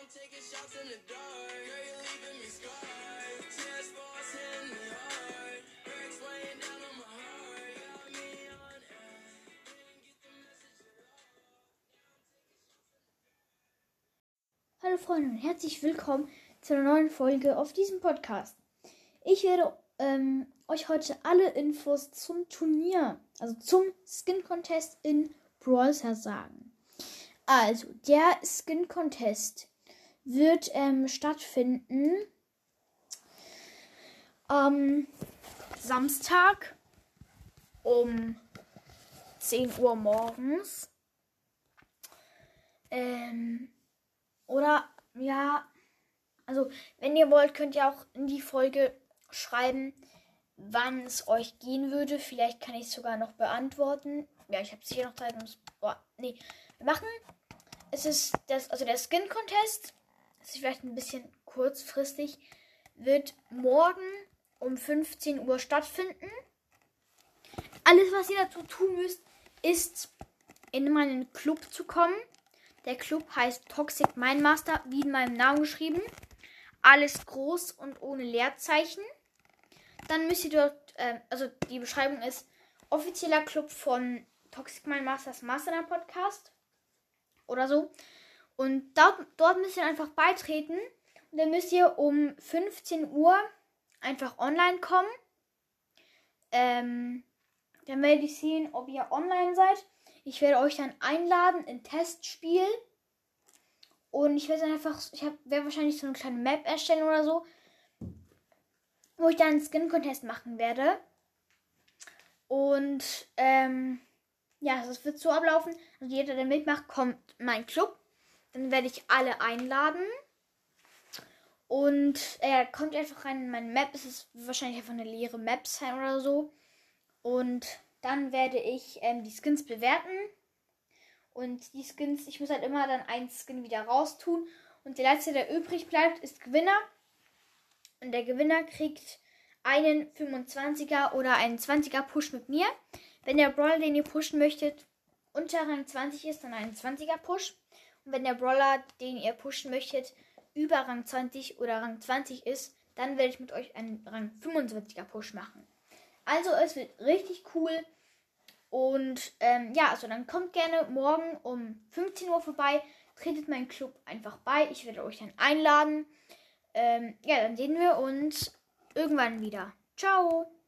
taking shots in the dark. Girl, you leaving me scarred. Tears falls in the heart. Bricks weighing down on my heart. Got me on edge. Didn't get the message at all. Hallo Freunde und herzlich willkommen zu einer neuen Folge auf diesem Podcast. Ich werde euch heute alle Infos zum Turnier, also zum Skin Contest in Brawl Stars sagen. Also, der Skin Contest wird stattfinden am Samstag um 10 Uhr morgens. Oder, ja, also, wenn ihr wollt, könnt ihr auch in die Folge schreiben, wann es euch gehen würde. Vielleicht kann ich es sogar noch beantworten. Ja, ich habe sicher noch Zeit. Wir machen. Es ist der Skin Contest. Das ist vielleicht ein bisschen kurzfristig. Wird morgen um 15 Uhr stattfinden. Alles, was ihr dazu tun müsst, ist in meinen Club zu kommen. Der Club heißt Toxic Mindmaster, wie in meinem Namen geschrieben. Alles groß und ohne Leerzeichen. Dann müsst ihr dort, die Beschreibung ist offizieller Club von Toxic Mindmasters Mastermind Podcast oder so. Und dort müsst ihr einfach beitreten. Und dann müsst ihr um 15 Uhr einfach online kommen. Dann werde ich sehen, ob ihr online seid. Ich werde euch dann einladen in Testspiel. Und ich werde dann werde wahrscheinlich so eine kleine Map erstellen oder so, wo ich dann einen Skin-Contest machen werde. Und, das wird so ablaufen. Also jeder, der mitmacht, kommt in meinen Club. Dann werde ich alle einladen. Und er kommt einfach rein in meine Map. Es ist wahrscheinlich einfach eine leere Map sein oder so. Und dann werde ich die Skins bewerten. Und die Skins, ich muss halt immer dann einen Skin wieder raustun. Und der letzte, der übrig bleibt, ist Gewinner. Und der Gewinner kriegt einen 25er oder einen 20er Push mit mir. Wenn der Brawler, den ihr pushen möchtet, unter Rang 20 ist, dann einen 20er Push. Und wenn der Brawler, den ihr pushen möchtet, über Rang 20 oder Rang 20 ist, dann werde ich mit euch einen Rang 25er Push machen. Also es wird richtig cool. Und dann kommt gerne morgen um 15 Uhr vorbei. Tretet meinen Club einfach bei. Ich werde euch dann einladen. Dann sehen wir uns irgendwann wieder. Ciao!